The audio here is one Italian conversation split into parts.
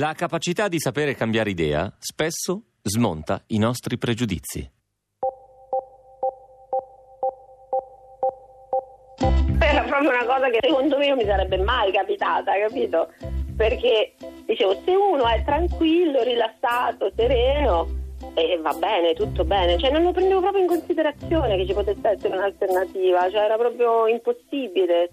La capacità di sapere cambiare idea spesso smonta i nostri pregiudizi. Era proprio una cosa che secondo me non mi sarebbe mai capitata, capito? Perché dicevo, se uno è tranquillo, rilassato, sereno, va bene, tutto bene, cioè non lo prendevo proprio in considerazione che ci potesse essere un'alternativa, cioè era proprio impossibile.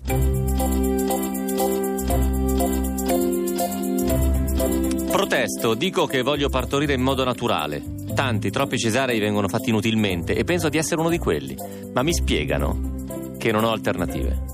Protesto, dico che voglio partorire in modo naturale. Tanti, troppi cesarei vengono fatti inutilmente e penso di essere uno di quelli, ma mi spiegano che non ho alternative.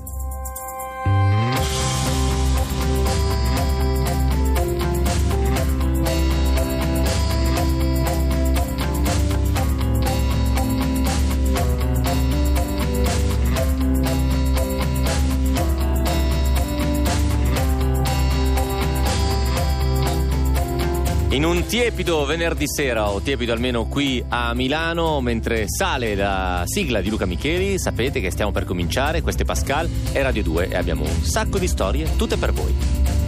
In un tiepido venerdì sera, o tiepido almeno qui a Milano, mentre sale la sigla di Luca Micheli, sapete che stiamo per cominciare, questo è Pascal, è Radio 2 e abbiamo un sacco di storie, tutte per voi.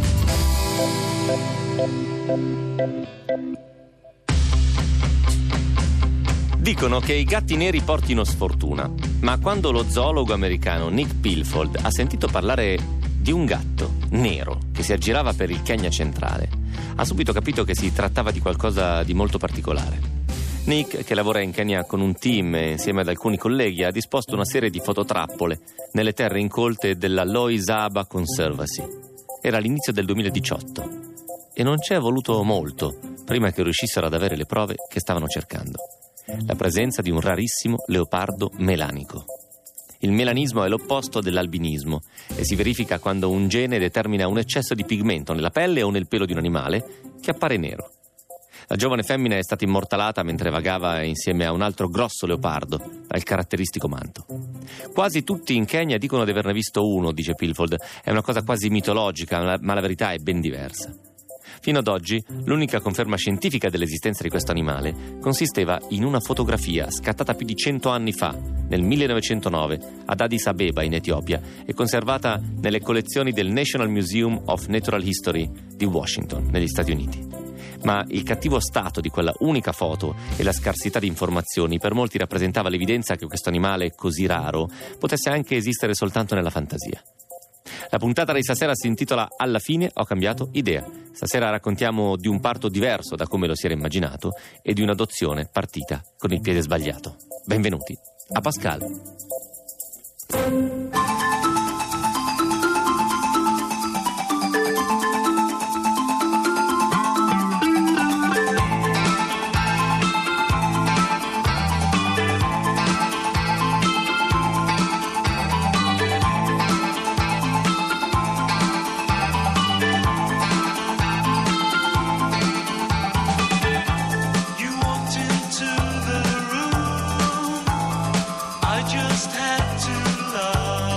Dicono che i gatti neri portino sfortuna, ma quando lo zoologo americano Nick Pilfold ha sentito parlare di un gatto nero che si aggirava per il Kenya centrale, ha subito capito che si trattava di qualcosa di molto particolare. Nick, che lavora in Kenya con un team e insieme ad alcuni colleghi, ha disposto una serie di fototrappole nelle terre incolte della Loisaba Conservancy. Era l'inizio del 2018 e non ci è voluto molto prima che riuscissero ad avere le prove che stavano cercando: la presenza di un rarissimo leopardo melanico. Il melanismo è l'opposto dell'albinismo e si verifica quando un gene determina un eccesso di pigmento nella pelle o nel pelo di un animale che appare nero. La giovane femmina è stata immortalata mentre vagava insieme a un altro grosso leopardo dal caratteristico manto. Quasi tutti in Kenya dicono di averne visto uno, dice Pilfold. È una cosa quasi mitologica, ma la verità è ben diversa. Fino ad oggi, l'unica conferma scientifica dell'esistenza di questo animale consisteva in una fotografia scattata più di 100 anni fa, nel 1909, ad Addis Abeba, in Etiopia, e conservata nelle collezioni del National Museum of Natural History di Washington, negli Stati Uniti. Ma il cattivo stato di quella unica foto e la scarsità di informazioni per molti rappresentava l'evidenza che questo animale così raro potesse anche esistere soltanto nella fantasia. La puntata di stasera si intitola Alla fine ho cambiato idea. Stasera raccontiamo di un parto diverso da come lo si era immaginato e di un'adozione partita con il piede sbagliato. Benvenuti a Pascal. Just had to love.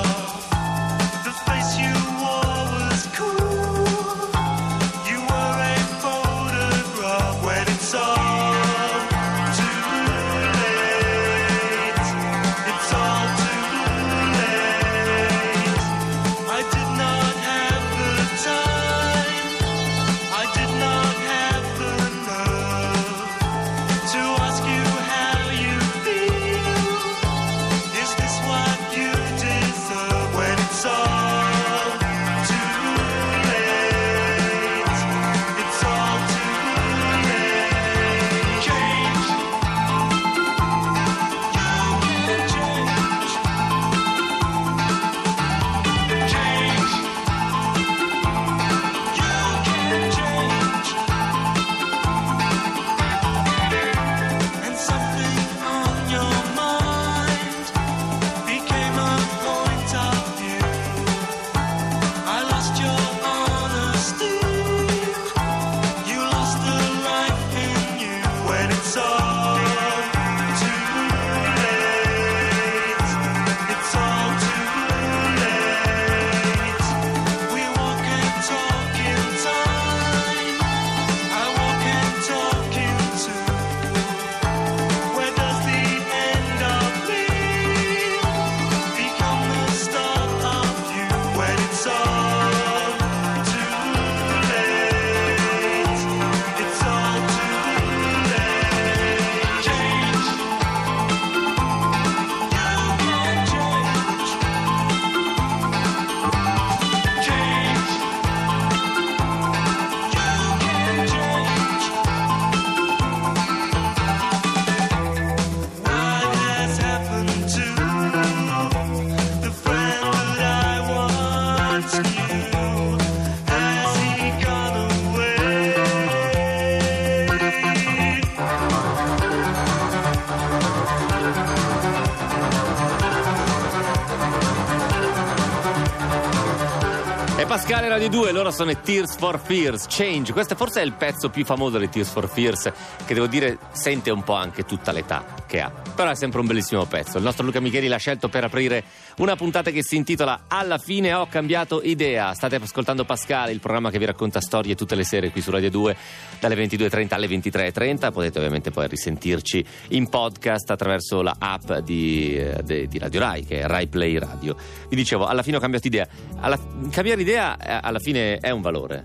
Pascal e Radio 2, loro sono i Tears for Fears, Change. Questo forse è il pezzo più famoso dei Tears for Fears, che devo dire sente un po' anche tutta l'età che ha, però è sempre un bellissimo pezzo. Il nostro Luca Micheli l'ha scelto per aprire una puntata che si intitola Alla fine ho cambiato idea. State ascoltando Pascal, il programma che vi racconta storie tutte le sere qui su Radio 2 dalle 22.30 alle 23.30. Potete ovviamente poi risentirci in podcast attraverso la app di Radio Rai, che è Rai Play Radio. Vi dicevo, alla fine ho cambiato idea. Cambiare idea alla fine è un valore,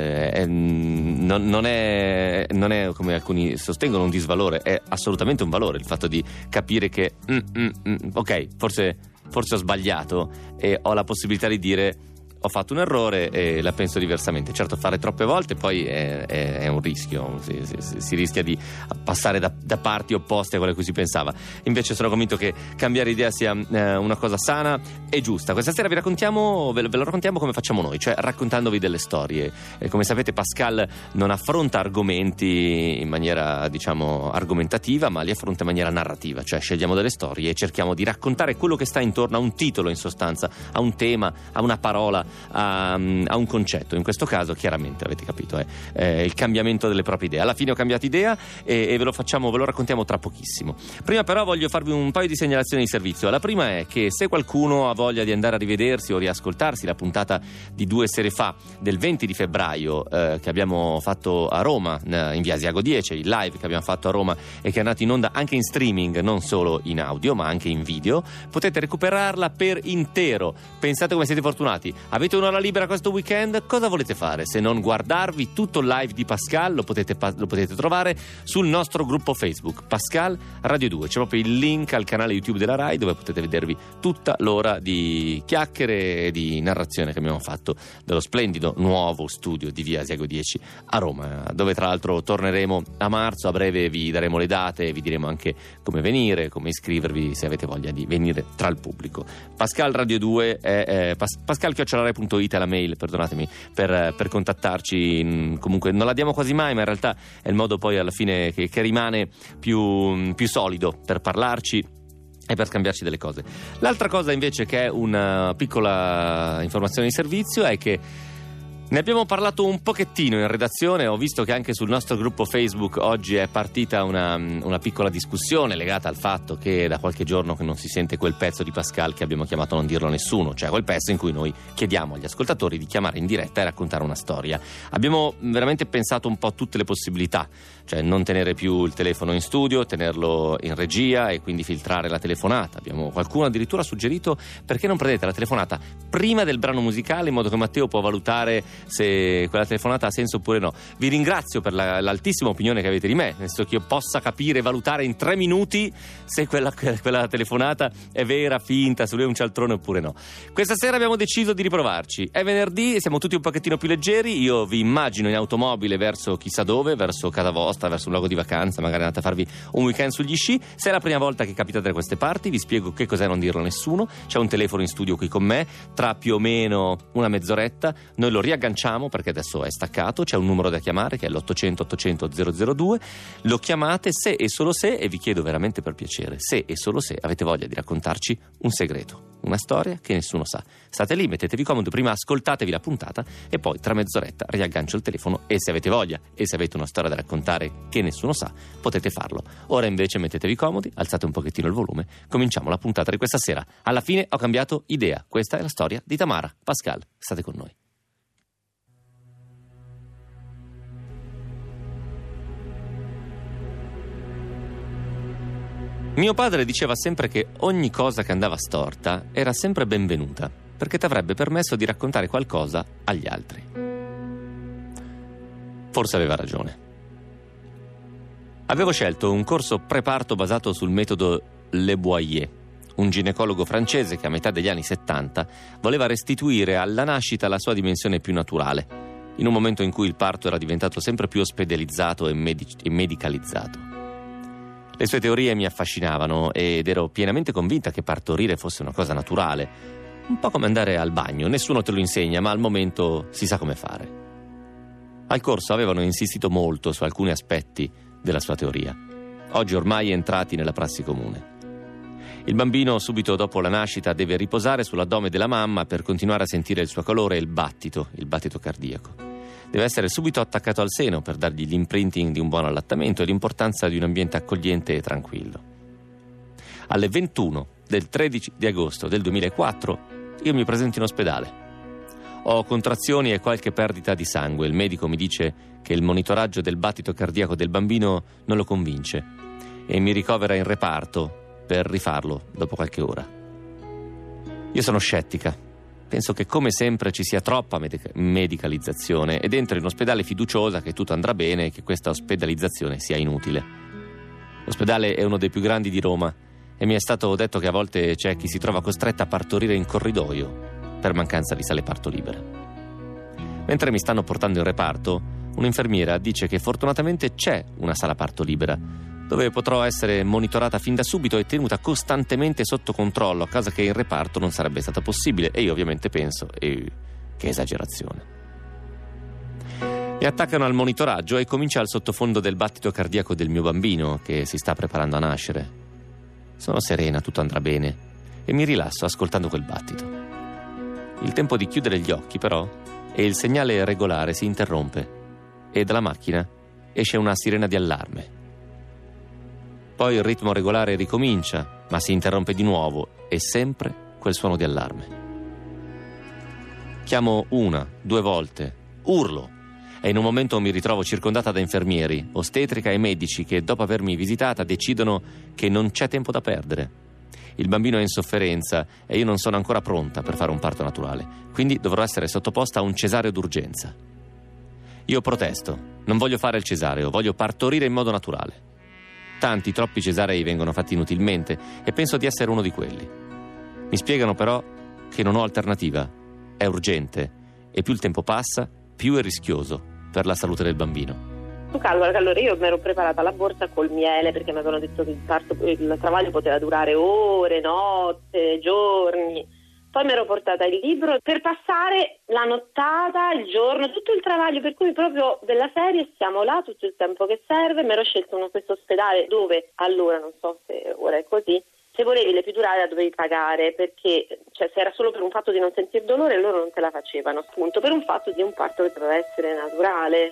non è come alcuni sostengono un disvalore, è assolutamente un valore il fatto di capire che ok, forse ho sbagliato e ho la possibilità di dire ho fatto un errore e la penso diversamente. Certo, fare troppe volte poi è un rischio, si rischia di passare da parti opposte a quelle a cui si pensava. Invece sono convinto che cambiare idea sia una cosa sana e giusta. Questa sera ve lo raccontiamo come facciamo noi, cioè raccontandovi delle storie. Come sapete, Pascal non affronta argomenti in maniera, diciamo, argomentativa, ma li affronta in maniera narrativa, cioè scegliamo delle storie e cerchiamo di raccontare quello che sta intorno a un titolo, in sostanza, a un tema, a una parola, a un concetto. In questo caso, chiaramente, avete capito, è il cambiamento delle proprie idee. Alla fine ho cambiato idea e ve lo raccontiamo tra pochissimo. Prima però voglio farvi un paio di segnalazioni di servizio. La prima è che se qualcuno ha voglia di andare a rivedersi o riascoltarsi la puntata di 2 sere fa del 20 di febbraio che abbiamo fatto a Roma, in via Asiago 10, il live che abbiamo fatto a Roma e che è andato in onda anche in streaming, non solo in audio ma anche in video, potete recuperarla per intero. Pensate come siete fortunati, avete un'ora libera questo weekend, cosa volete fare se non guardarvi tutto il live di Pascal? Lo potete trovare sul nostro gruppo Facebook Pascal Radio 2, c'è proprio il link al canale YouTube della Rai dove potete vedervi tutta l'ora di chiacchiere e di narrazione che abbiamo fatto dello splendido nuovo studio di via Asiago 10 a Roma, dove tra l'altro torneremo a marzo. A breve vi daremo le date, vi diremo anche come venire, come iscrivervi se avete voglia di venire tra il pubblico. Pascal Radio 2 è pascal@rai.it è la mail, perdonatemi, per contattarci. Comunque non la diamo quasi mai, ma in realtà è il modo poi alla fine che rimane più solido per parlarci e per scambiarci delle cose. L'altra cosa invece, che è una piccola informazione di servizio, è che ne abbiamo parlato un pochettino in redazione. Ho visto che anche sul nostro gruppo Facebook oggi è partita una piccola discussione legata al fatto che da qualche giorno che non si sente quel pezzo di Pascal che abbiamo chiamato Non dirlo a nessuno, cioè quel pezzo in cui noi chiediamo agli ascoltatori di chiamare in diretta e raccontare una storia. Abbiamo veramente pensato un po' a tutte le possibilità, cioè non tenere più il telefono in studio, tenerlo in regia e quindi filtrare la telefonata. Qualcuno addirittura ha suggerito perché non prendete la telefonata prima del brano musicale, in modo che Matteo può valutare se quella telefonata ha senso oppure no. Vi ringrazio per l'altissima opinione che avete di me, nel senso che io possa capire e valutare in 3 minuti se quella telefonata è vera, finta, se lui è un cialtrone oppure no. Questa sera abbiamo deciso di riprovarci. È venerdì, siamo tutti un pochettino più leggeri. Io vi immagino in automobile verso chissà dove, verso casa vostra, verso un luogo di vacanza, magari andate a farvi un weekend sugli sci. Se è la prima volta che capitate da queste parti, vi spiego che cos'è Non dirlo a nessuno. C'è un telefono in studio qui con me, tra più o meno una mezz'oretta noi lo riagganciamo perché adesso è staccato. C'è un numero da chiamare che è l'800 800 002. Lo chiamate se e solo se, e vi chiedo veramente per piacere, se e solo se avete voglia di raccontarci un segreto, una storia che nessuno sa. State lì, mettetevi comodo, prima ascoltatevi la puntata e poi tra mezz'oretta riaggancio il telefono, e se avete voglia e se avete una storia da raccontare che nessuno sa, potete farlo. Ora invece mettetevi comodi, alzate un pochettino il volume, cominciamo la puntata di questa sera. Alla fine ho cambiato idea. Questa è la storia di Tamara. Pascal, state con noi. Mio padre diceva sempre che ogni cosa che andava storta era sempre benvenuta, perché ti avrebbe permesso di raccontare qualcosa agli altri. Forse aveva ragione. Avevo scelto un corso preparto basato sul metodo Le Boyer, un ginecologo francese che a metà degli anni 70 voleva restituire alla nascita la sua dimensione più naturale, in un momento in cui il parto era diventato sempre più ospedalizzato e medicalizzato. Le sue teorie mi affascinavano ed ero pienamente convinta che partorire fosse una cosa naturale, un po' come andare al bagno, nessuno te lo insegna, ma al momento si sa come fare. Al corso avevano insistito molto su alcuni aspetti della sua teoria, oggi ormai entrati nella prassi comune. Il bambino, subito dopo la nascita, deve riposare sull'addome della mamma per continuare a sentire il suo calore e il battito cardiaco. Deve essere subito attaccato al seno per dargli l'imprinting di un buon allattamento e l'importanza di un ambiente accogliente e tranquillo. Alle 21 del 13 di agosto del 2004 io mi presento in ospedale. Ho contrazioni e qualche perdita di sangue. Il medico mi dice che il monitoraggio del battito cardiaco del bambino non lo convince e mi ricovera in reparto per rifarlo dopo qualche ora. Io sono scettica. Penso che come sempre ci sia troppa medicalizzazione ed entro in ospedale fiduciosa che tutto andrà bene e che questa ospedalizzazione sia inutile. L'ospedale è uno dei più grandi di Roma e mi è stato detto che a volte c'è chi si trova costretta a partorire in corridoio per mancanza di sale parto libere. Mentre mi stanno portando in reparto, un'infermiera dice che fortunatamente c'è una sala parto libera, dove potrò essere monitorata fin da subito e tenuta costantemente sotto controllo, cosa che in reparto non sarebbe stata possibile. E io ovviamente penso, che esagerazione. Mi attaccano al monitoraggio e comincia il sottofondo del battito cardiaco del mio bambino, che si sta preparando a nascere. Sono serena, tutto andrà bene, e mi rilasso ascoltando quel battito. Il tempo di chiudere gli occhi, però, e il segnale regolare si interrompe e dalla macchina esce una sirena di allarme. Poi il ritmo regolare ricomincia, ma si interrompe di nuovo e sempre quel suono di allarme. Chiamo 1, 2 volte, urlo e in un momento mi ritrovo circondata da infermieri, ostetrica e medici che dopo avermi visitata decidono che non c'è tempo da perdere. Il bambino è in sofferenza e io non sono ancora pronta per fare un parto naturale, quindi dovrò essere sottoposta a un cesareo d'urgenza. Io protesto, non voglio fare il cesareo, voglio partorire in modo naturale. Tanti, troppi cesarei vengono fatti inutilmente e penso di essere uno di quelli. Mi spiegano però che non ho alternativa, è urgente e più il tempo passa, più è rischioso per la salute del bambino. Allora io mi ero preparata la borsa col miele perché mi avevano detto che il travaglio poteva durare ore, notte, giorni. Poi mi ero portata il libro per passare la nottata, il giorno, tutto il travaglio, per cui proprio della serie stiamo là tutto il tempo che serve. Mi ero scelto questo ospedale dove allora, non so se ora è così, se volevi l'epidurale la dovevi pagare perché se era solo per un fatto di non sentir dolore loro non te la facevano, appunto per un fatto di un parto che doveva essere naturale.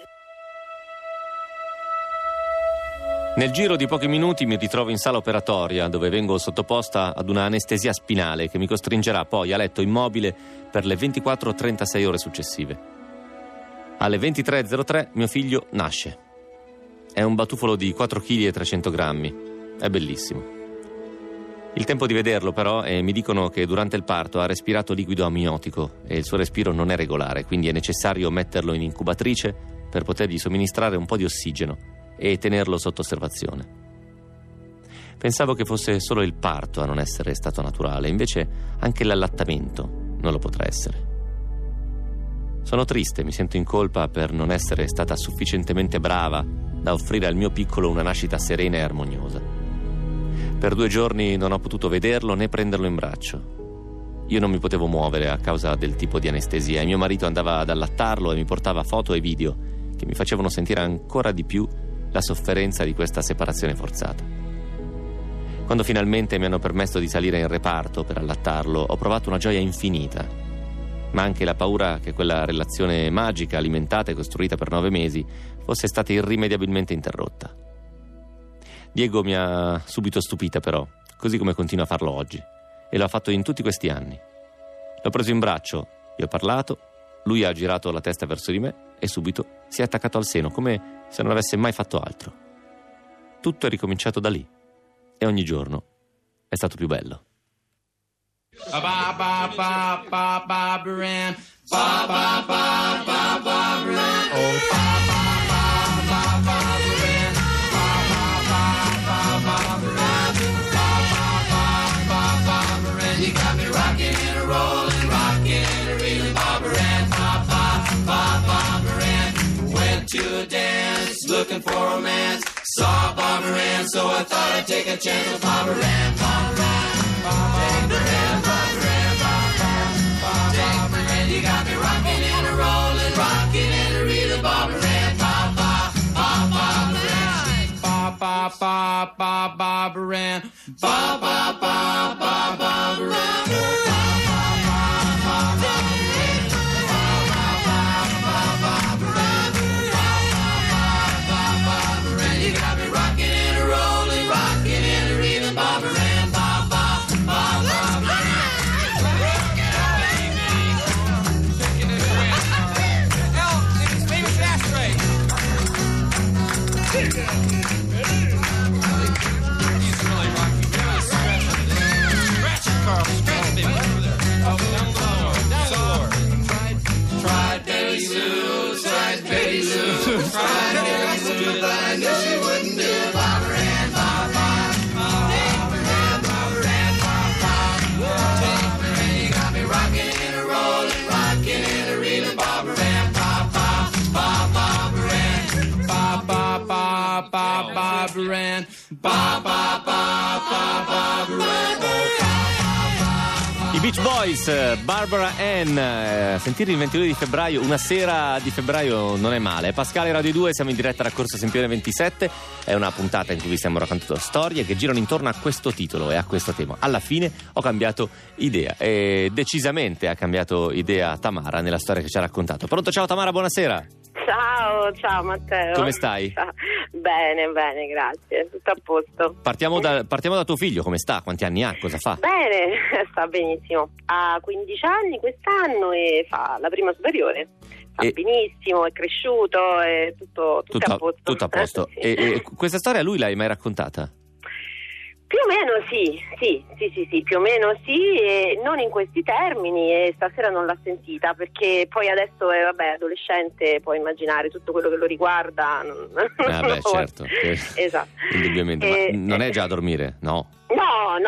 Nel giro di pochi minuti mi ritrovo in sala operatoria dove vengo sottoposta ad una anestesia spinale che mi costringerà poi a letto immobile per le 24-36 ore successive. Alle 23.03 mio figlio nasce. È un batuffolo di 4 kg e 300 grammi. È bellissimo. Il tempo di vederlo però e mi dicono che durante il parto ha respirato liquido amniotico e il suo respiro non è regolare, quindi è necessario metterlo in incubatrice per potergli somministrare un po' di ossigeno e tenerlo sotto osservazione. Pensavo che fosse solo il parto a non essere stato naturale, invece anche l'allattamento non lo potrà essere. Sono triste, mi sento in colpa per non essere stata sufficientemente brava da offrire al mio piccolo una nascita serena e armoniosa. Per 2 giorni non ho potuto vederlo né prenderlo in braccio. Io non mi potevo muovere a causa del tipo di anestesia e mio marito andava ad allattarlo e mi portava foto e video che mi facevano sentire ancora di più la sofferenza di questa separazione forzata. Quando finalmente mi hanno permesso di salire in reparto per allattarlo, ho provato una gioia infinita, ma anche la paura che quella relazione magica, alimentata e costruita per 9 mesi, fosse stata irrimediabilmente interrotta. Diego mi ha subito stupita però, così come continua a farlo oggi, e lo ha fatto in tutti questi anni. L'ho preso in braccio, gli ho parlato, lui ha girato la testa verso di me e subito si è attaccato al seno, come se non avesse mai fatto altro. Tutto è ricominciato da lì e ogni giorno è stato più bello. To dance, looking for romance. Saw Barbara Ann, so I thought I'd take a chance with Barbara Ann. Barbara Ann, Barbara Ann, Barbara Ann, Barbara Ann. You got me rocking and a rolling, rocking and a reeling. Barbara Ann, Barbara Ann, Barbara Ann, Barbara Ann. I Beach Boys, Barbara Ann, sentire il 22 di febbraio, una sera di febbraio non è male. Pascale Radio 2, siamo in diretta da Corso Sempione 27, è una puntata in cui vi stiamo raccontando storie che girano intorno a questo titolo e a questo tema. Alla fine ho cambiato idea e decisamente ha cambiato idea Tamara nella storia che ci ha raccontato. Pronto? Ciao Tamara, buonasera. Ciao Matteo. Come stai? Ciao. Bene, grazie, tutto a posto. Partiamo da tuo figlio, come sta? Quanti anni ha? Cosa fa? Bene, sta benissimo. Ha 15 anni quest'anno e fa la prima superiore. Fa benissimo, è cresciuto, è tutto a posto. Tutto a posto. Sì. E questa storia a lui l'hai mai raccontata? Più o meno sì, più o meno sì, e non in questi termini, e stasera non l'ha sentita perché poi adesso è adolescente, puoi immaginare tutto quello che lo riguarda. Certo. Esatto. Indubbiamente, ma non è già a dormire, no? No.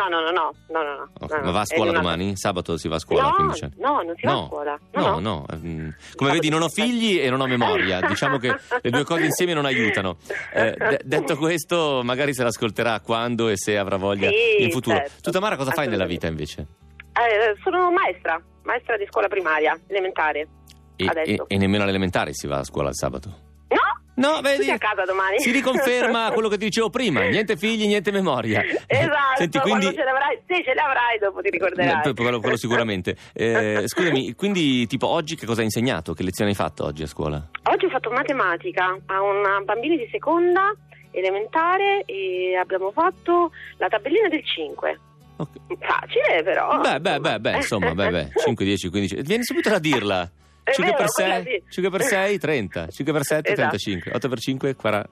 Ma va a scuola domani? Sabato si va a scuola? No, non si va a scuola. No. Come vedi non ho figli e non ho memoria. Diciamo che le due cose insieme non aiutano. Detto questo, magari se l'ascolterà quando e se avrà voglia in futuro. Certo. Tu Tamara cosa fai nella vita invece? Sono maestra di scuola primaria, elementare. E nemmeno all'elementare si va a scuola il sabato? No, vedi, tutti a casa domani. Si riconferma quello che ti dicevo prima, niente figli, niente memoria. Esatto. Senti, quindi quando ce le avrai dopo ti ricorderai. Quello sicuramente. Scusami, quindi tipo oggi che cosa hai insegnato? Che lezione hai fatto oggi a scuola? Oggi ho fatto matematica a una bambina di seconda elementare e abbiamo fatto la tabellina del 5. Okay. Facile però. Insomma, 5, 10, 15. Vieni subito a dirla. 5 per 6, 5 per 6, 30, 5 per 7, 35, 8 per 5, 40.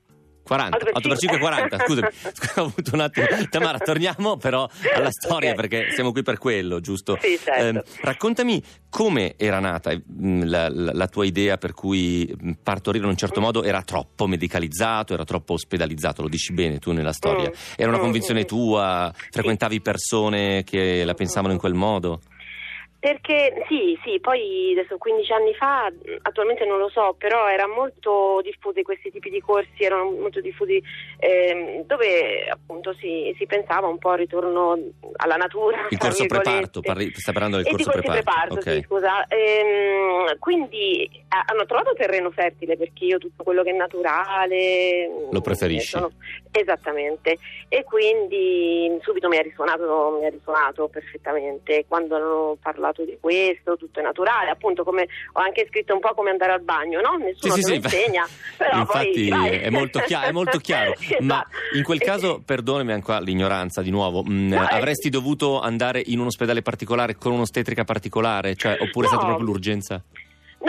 8 per 5, 40, scusami, ho avuto un attimo. Tamara, torniamo però alla storia, perché siamo qui per quello, giusto? Sì, certo. Raccontami come era nata la tua idea per cui partorire in un certo modo era troppo medicalizzato, era troppo ospedalizzato, lo dici bene tu nella storia. Era una convinzione tua? Frequentavi persone che la pensavano in quel modo? Perché sì, poi adesso 15 anni fa, attualmente non lo so, però era molto diffusi questi tipi di corsi, erano molto diffusi dove appunto si pensava un po' al ritorno alla natura. Il corso preparto, stai parlando del corso preparto. Okay. Sì, scusa. Quindi hanno trovato terreno fertile perché io tutto quello che è naturale lo preferisci. Esattamente, e quindi subito mi ha risuonato perfettamente quando hanno parlato di questo, tutto è naturale, appunto, come ho anche scritto un po' come andare al bagno, no? Nessuno te lo insegna, però infatti poi, è molto chiaro. Esatto. Ma in quel caso, perdonami ancora l'ignoranza di nuovo, avresti dovuto andare in un ospedale particolare con un'ostetrica particolare, cioè, oppure è stata proprio l'urgenza? No,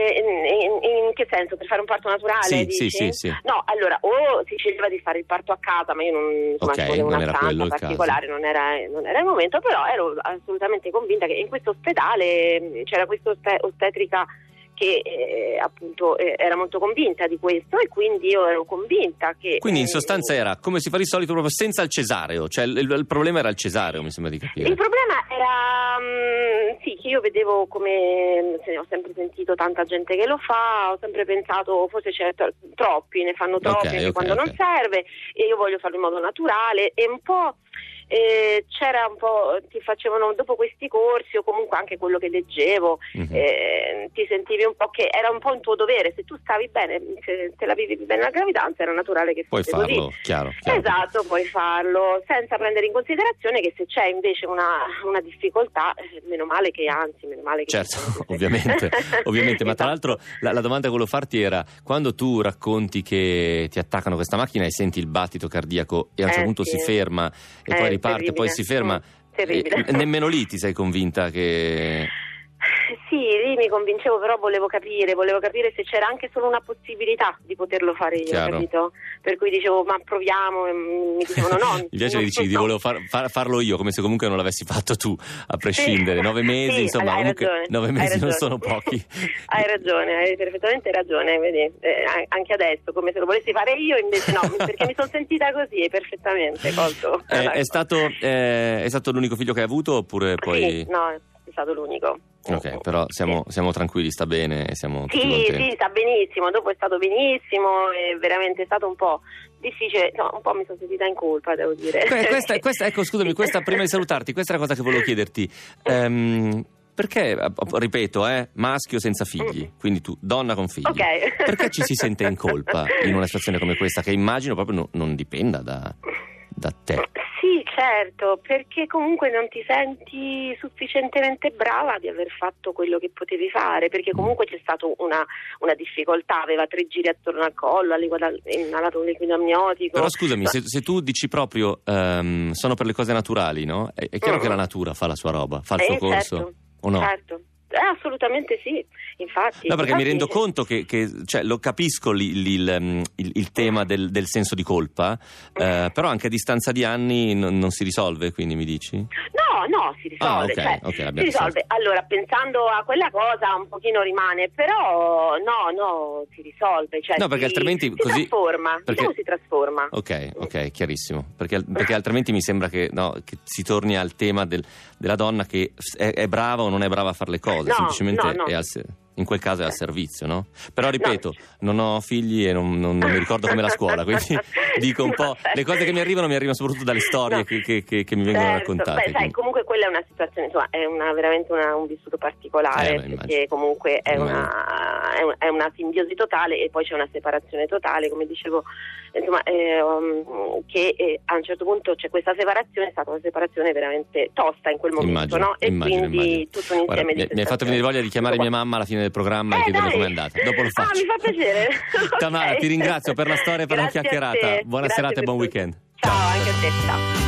in che senso? Per fare un parto naturale? Sì. No, allora, o si sceglieva di fare il parto a casa, ma io non ci volevo una stanza particolare, non era il momento, però ero assolutamente convinta che in questo ospedale c'era questa ostetrica che appunto era molto convinta di questo, e quindi io ero convinta che... Quindi in sostanza era come si fa di solito, proprio senza il cesareo, cioè il problema era il cesareo, mi sembra di capire. Il problema era che io vedevo, come ho sempre sentito tanta gente che lo fa, ho sempre pensato forse c'è troppi, ne fanno troppi quando non serve, e io voglio farlo in modo naturale, e un po'... c'era un po', ti facevano dopo questi corsi, o comunque anche quello che leggevo, ti sentivi un po' che era un po' un tuo dovere, se tu stavi bene, se te la vivi bene la gravidanza, era naturale che fosse puoi farlo, così. chiaro. Esatto, puoi farlo senza prendere in considerazione che se c'è invece una difficoltà, meno male che certo, ovviamente, ma tra l'altro la domanda che volevo farti era: quando tu racconti che ti attaccano questa macchina e senti il battito cardiaco e a un certo punto si ferma e poi riparte, poi si ferma, terribile. Nemmeno lì ti sei convinta che... Sì, lì mi convincevo, però volevo capire se c'era anche solo una possibilità di poterlo fare io, Chiaro. capito? Per cui dicevo, ma proviamo, e mi dicevano no. Invece dici, volevo farlo io, come se comunque non l'avessi fatto tu, a prescindere. 9 mesi, sì, insomma, hai comunque ragione, 9 mesi hai non ragione. sono pochi. Hai ragione, hai perfettamente ragione, vedi, anche adesso, come se lo volessi fare io, invece no, perché mi sono sentita così, perfettamente, colto. È stato l'unico figlio che hai avuto, oppure poi... Sì, no, è stato l'unico. Ok, però siamo tranquilli, sta bene, siamo tutti contenti. Sì, sta benissimo, dopo è stato benissimo, è veramente stato un po' difficile, no, un po' mi sono sentita in colpa, devo dire. Questa, ecco, scusami, prima di salutarti, questa è la cosa che volevo chiederti. Perché, ripeto, maschio senza figli, quindi tu, donna con figli, Okay. Perché ci si sente in colpa in una situazione come questa, che immagino proprio non dipenda da te? Sì, certo, perché comunque non ti senti sufficientemente brava di aver fatto quello che potevi fare, perché comunque c'è stata una difficoltà, aveva 3 giri attorno al collo, inalato un liquido amniotico. Però scusami, se tu dici proprio sono per le cose naturali, no? È chiaro che la natura fa la sua roba, fa il suo corso, certo, o no? Certo. Assolutamente sì, infatti. No, perché mi rendo conto che cioè, lo capisco il tema del senso di colpa, però anche a distanza di anni non si risolve, quindi mi dici? No, si risolve. Ok, si risolve. Allora, pensando a quella cosa un pochino rimane, però no, si risolve. Cioè, no, perché altrimenti si così trasforma. Perché... si trasforma. Ok, chiarissimo. Perché altrimenti mi sembra che si torni al tema della donna che è brava o non è brava a fare le cose, semplicemente no. in quel caso è al servizio, no? Però ripeto, non ho figli e non mi ricordo come la scuola, quindi dico un po', le cose che mi arrivano soprattutto dalle storie che mi vengono raccontate. Beh, sai, comunque quella è una situazione, insomma, è veramente un vissuto particolare, perché comunque è una simbiosi totale e poi c'è una separazione totale, come dicevo, insomma, che a un certo punto c'è questa separazione, è stata una separazione veramente tosta in quel momento, no? E quindi tutto un insieme di mi hai fatto venire voglia di chiamare mia mamma alla fine del programma e chiederle com'è andata. Dopo lo faccio. Mi fa piacere. Tamara, ti ringrazio per la storia e per la Grazie chiacchierata. Buona serata e buon weekend. Ciao, anche a te, ciao.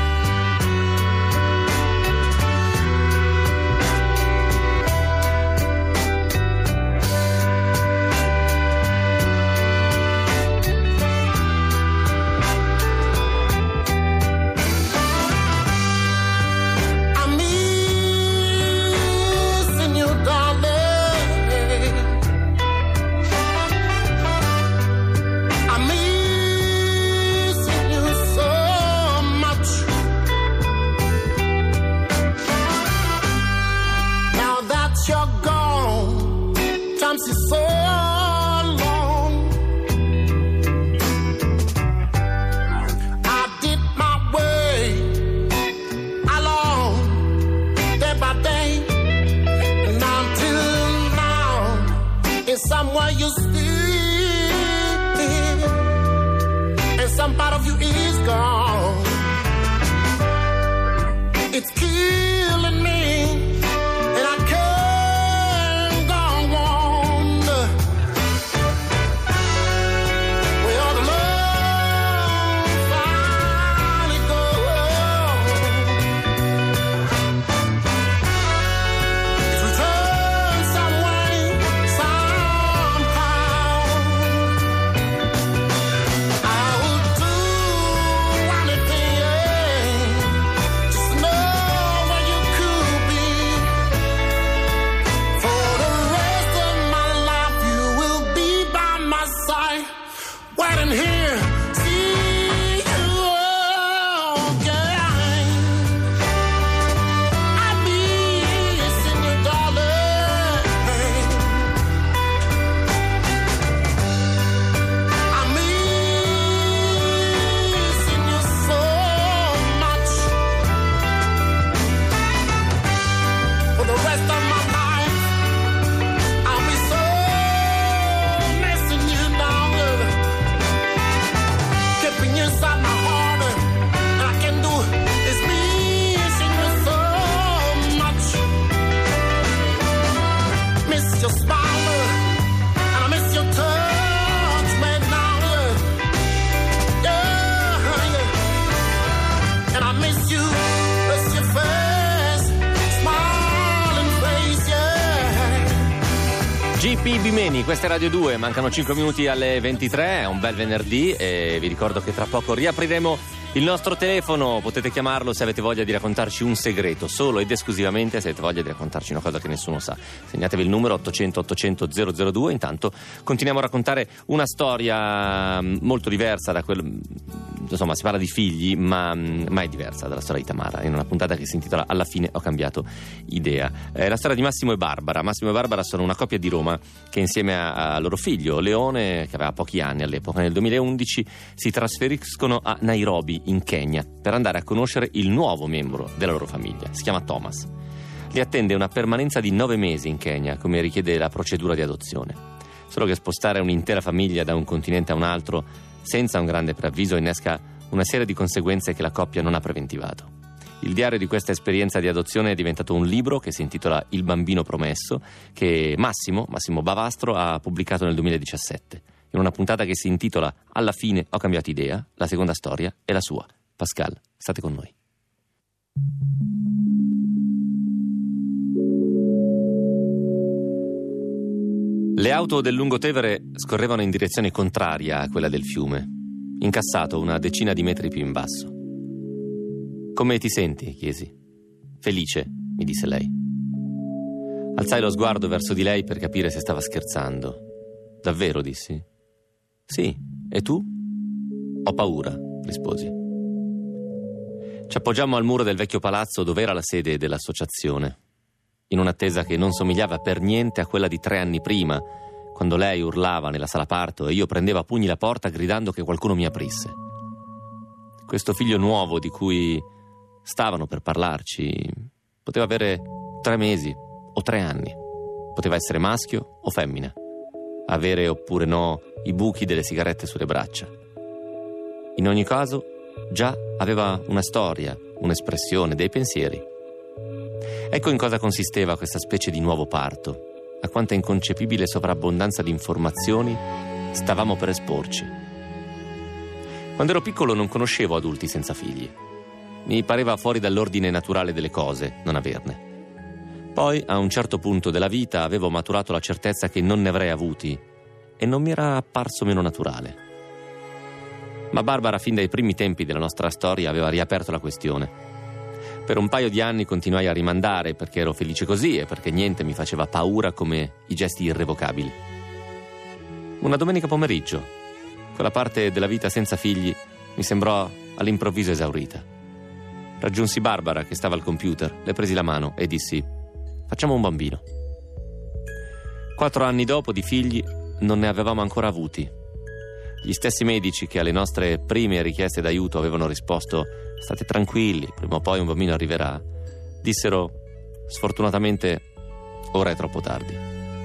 Somewhere you still, and some part of you is gone. It's killing me, and I can't go on. Well, the love finally goes. It's returned some way, somehow. I will do anything, just to know where you could be. For the rest of my life, you will be by my side, waiting here. See you again. I'll be missing you, darling. I'm missing you so much. For the rest of my life, I'll be so missing you, darling. P.B. Meni, questa è Radio 2, mancano 5 minuti alle 23, è un bel venerdì e vi ricordo che tra poco riapriremo il nostro telefono, potete chiamarlo se avete voglia di raccontarci un segreto, solo ed esclusivamente se avete voglia di raccontarci una cosa che nessuno sa. Segnatevi il numero 800 800 002, intanto continuiamo a raccontare una storia molto diversa da quello, insomma si parla di figli, ma è diversa dalla storia di Tamara, in una puntata che si intitola Alla fine ho cambiato idea. È la storia di Massimo e Barbara. Massimo e Barbara sono una coppia di Roma che insieme a loro figlio Leone, che aveva pochi anni all'epoca, nel 2011 si trasferiscono a Nairobi in Kenya per andare a conoscere il nuovo membro della loro famiglia. Si chiama Thomas. Li attende una permanenza di 9 mesi in Kenya, come richiede la procedura di adozione. Solo che spostare un'intera famiglia da un continente a un altro senza un grande preavviso innesca una serie di conseguenze che la coppia non ha preventivato. Il diario di questa esperienza di adozione è diventato un libro che si intitola Il bambino promesso, che Massimo Bavastro ha pubblicato nel 2017. In una puntata che si intitola Alla fine ho cambiato idea, la seconda storia è la sua. Pascal, state con noi. Le auto del Lungotevere scorrevano in direzione contraria a quella del fiume, incassato una decina di metri più in basso. «Come ti senti?» chiesi. «Felice», mi disse lei. Alzai lo sguardo verso di lei per capire se stava scherzando. «Davvero?» dissi. «Sì, e tu?» «Ho paura», risposi. Ci appoggiammo al muro del vecchio palazzo dove era la sede dell'associazione, in un'attesa che non somigliava per niente a quella di 3 anni prima, quando lei urlava nella sala parto e io prendevo a pugni la porta gridando che qualcuno mi aprisse. Questo figlio nuovo di cui stavano per parlarci poteva avere 3 mesi o 3 anni, poteva essere maschio o femmina, avere oppure no i buchi delle sigarette sulle braccia. In ogni caso, già aveva una storia, un'espressione, dei pensieri. Ecco in cosa consisteva questa specie di nuovo parto, a quanta inconcepibile sovrabbondanza di informazioni stavamo per esporci. Quando ero piccolo non conoscevo adulti senza figli. Mi pareva fuori dall'ordine naturale delle cose non averne. Poi, a un certo punto della vita, avevo maturato la certezza che non ne avrei avuti e non mi era apparso meno naturale. Ma Barbara, fin dai primi tempi della nostra storia, aveva riaperto la questione. Per un paio di anni continuai a rimandare perché ero felice così e perché niente mi faceva paura come i gesti irrevocabili. Una domenica pomeriggio, quella parte della vita senza figli mi sembrò all'improvviso esaurita. Raggiunsi Barbara che stava al computer, le presi la mano e dissi: «Facciamo un bambino». 4 anni dopo di figli non ne avevamo ancora avuti. Gli stessi medici che alle nostre prime richieste d'aiuto avevano risposto «State tranquilli, prima o poi un bambino arriverà», dissero «Sfortunatamente ora è troppo tardi».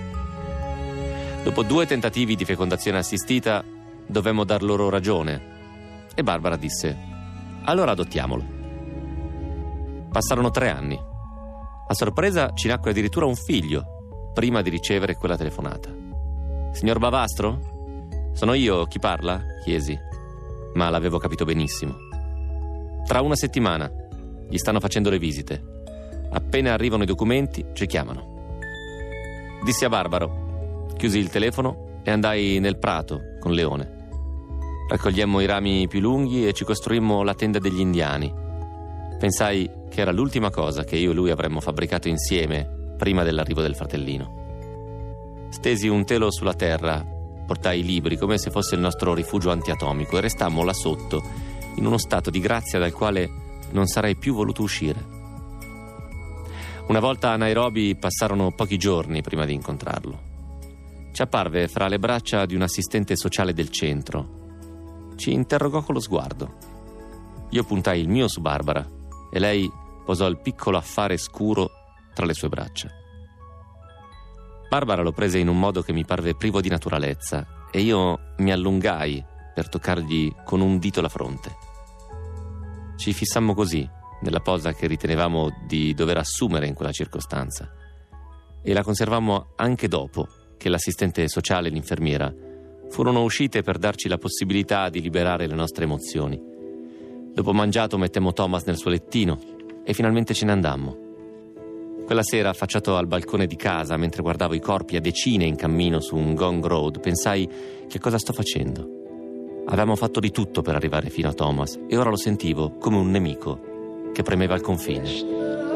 Dopo 2 tentativi di fecondazione assistita dovemmo dar loro ragione e Barbara disse «Allora adottiamolo». Passarono 3 anni. A sorpresa ci nacque addirittura un figlio prima di ricevere quella telefonata. «Signor Bavastro? Sono io, chi parla?» chiesi, ma l'avevo capito benissimo. «Tra 1 settimana, gli stanno facendo le visite. Appena arrivano i documenti, ci chiamano». Dissi a Barbaro, chiusi il telefono e andai nel prato con Leone. Raccogliemmo i rami più lunghi e ci costruimmo la tenda degli indiani. Pensai che era l'ultima cosa che io e lui avremmo fabbricato insieme prima dell'arrivo del fratellino. Stesi un telo sulla terra, portai i libri come se fosse il nostro rifugio antiatomico e restammo là sotto in uno stato di grazia dal quale non sarei più voluto uscire. Una volta a Nairobi passarono pochi giorni prima di incontrarlo. Ci apparve fra le braccia di un assistente sociale del centro. Ci interrogò con lo sguardo. Io puntai il mio su Barbara e lei posò il piccolo affare scuro tra le sue braccia. Barbara lo prese in un modo che mi parve privo di naturalezza e io mi allungai per toccargli con un dito la fronte. Ci fissammo così, nella posa che ritenevamo di dover assumere in quella circostanza, e la conservammo anche dopo che l'assistente sociale e l'infermiera furono uscite per darci la possibilità di liberare le nostre emozioni. Dopo mangiato mettemmo Thomas nel suo lettino e finalmente ce ne andammo. Quella sera, affacciato al balcone di casa, mentre guardavo i corpi a decine in cammino su un Gong Road, pensai: che cosa sto facendo? Avevamo fatto di tutto per arrivare fino a Thomas e ora lo sentivo come un nemico che premeva il confine.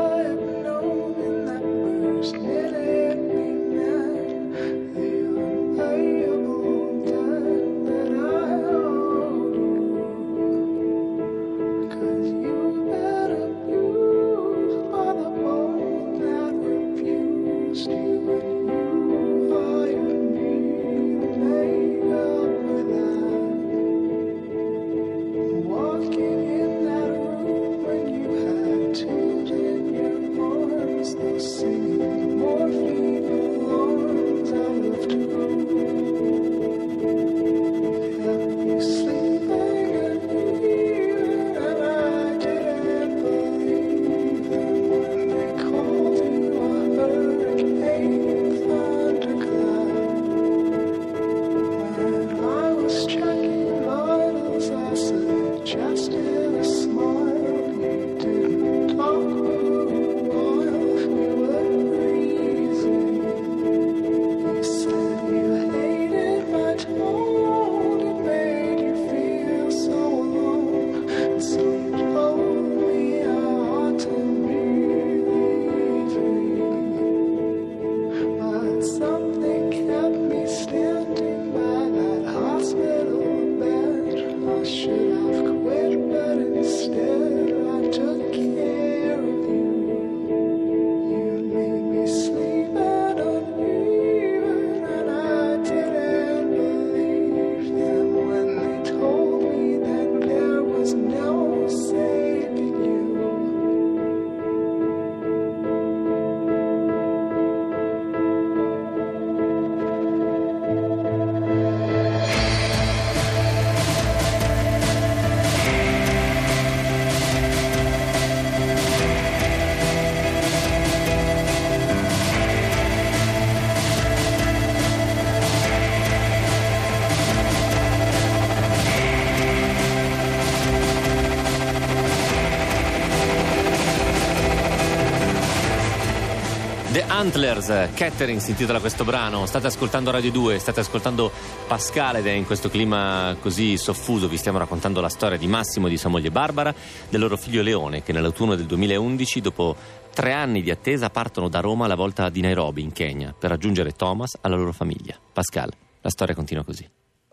The Antlers, Catering si intitola questo brano. State ascoltando Radio 2, state ascoltando Pascal ed è in questo clima così soffuso vi stiamo raccontando la storia di Massimo e di sua moglie Barbara, del loro figlio Leone, che nell'autunno del 2011, dopo 3 anni di attesa, partono da Roma alla volta di Nairobi in Kenya per raggiungere Thomas alla loro famiglia. Pascal, la storia continua così.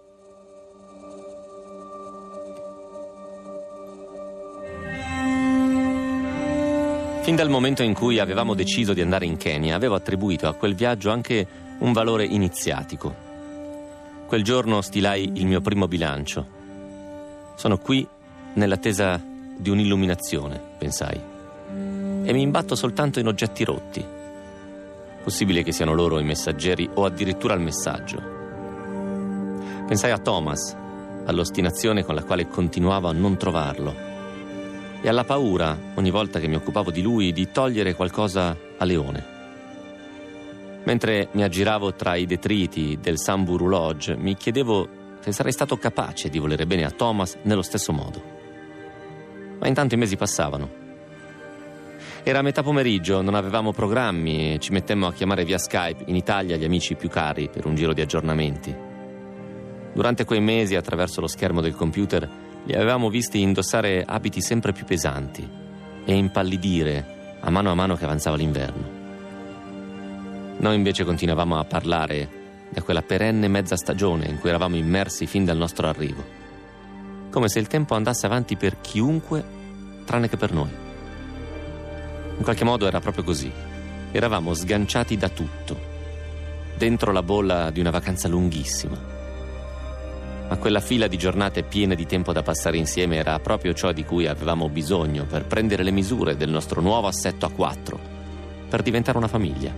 Fin dal momento in cui avevamo deciso di andare in Kenya, avevo attribuito a quel viaggio anche un valore iniziatico. Quel giorno stilai il mio primo bilancio. Sono qui nell'attesa di un'illuminazione, pensai, e mi imbatto soltanto in oggetti rotti. Possibile che siano loro i messaggeri o addirittura il messaggio. Pensai a Thomas, all'ostinazione con la quale continuavo a non trovarlo, e alla paura, ogni volta che mi occupavo di lui, di togliere qualcosa a Leone. Mentre mi aggiravo tra i detriti del Samburu Lodge, mi chiedevo se sarei stato capace di volere bene a Thomas nello stesso modo. Ma intanto i mesi passavano. Era metà pomeriggio, non avevamo programmi e ci mettemmo a chiamare via Skype in Italia gli amici più cari per un giro di aggiornamenti. Durante quei mesi, attraverso lo schermo del computer, li avevamo visti indossare abiti sempre più pesanti e impallidire a mano che avanzava l'inverno. Noi invece continuavamo a parlare da quella perenne mezza stagione in cui eravamo immersi fin dal nostro arrivo, come se il tempo andasse avanti per chiunque tranne che per noi. In qualche modo era proprio così. Eravamo sganciati da tutto, dentro la bolla di una vacanza lunghissima. Ma quella fila di giornate piene di tempo da passare insieme era proprio ciò di cui avevamo bisogno per prendere le misure del nostro nuovo assetto a 4, per diventare una famiglia.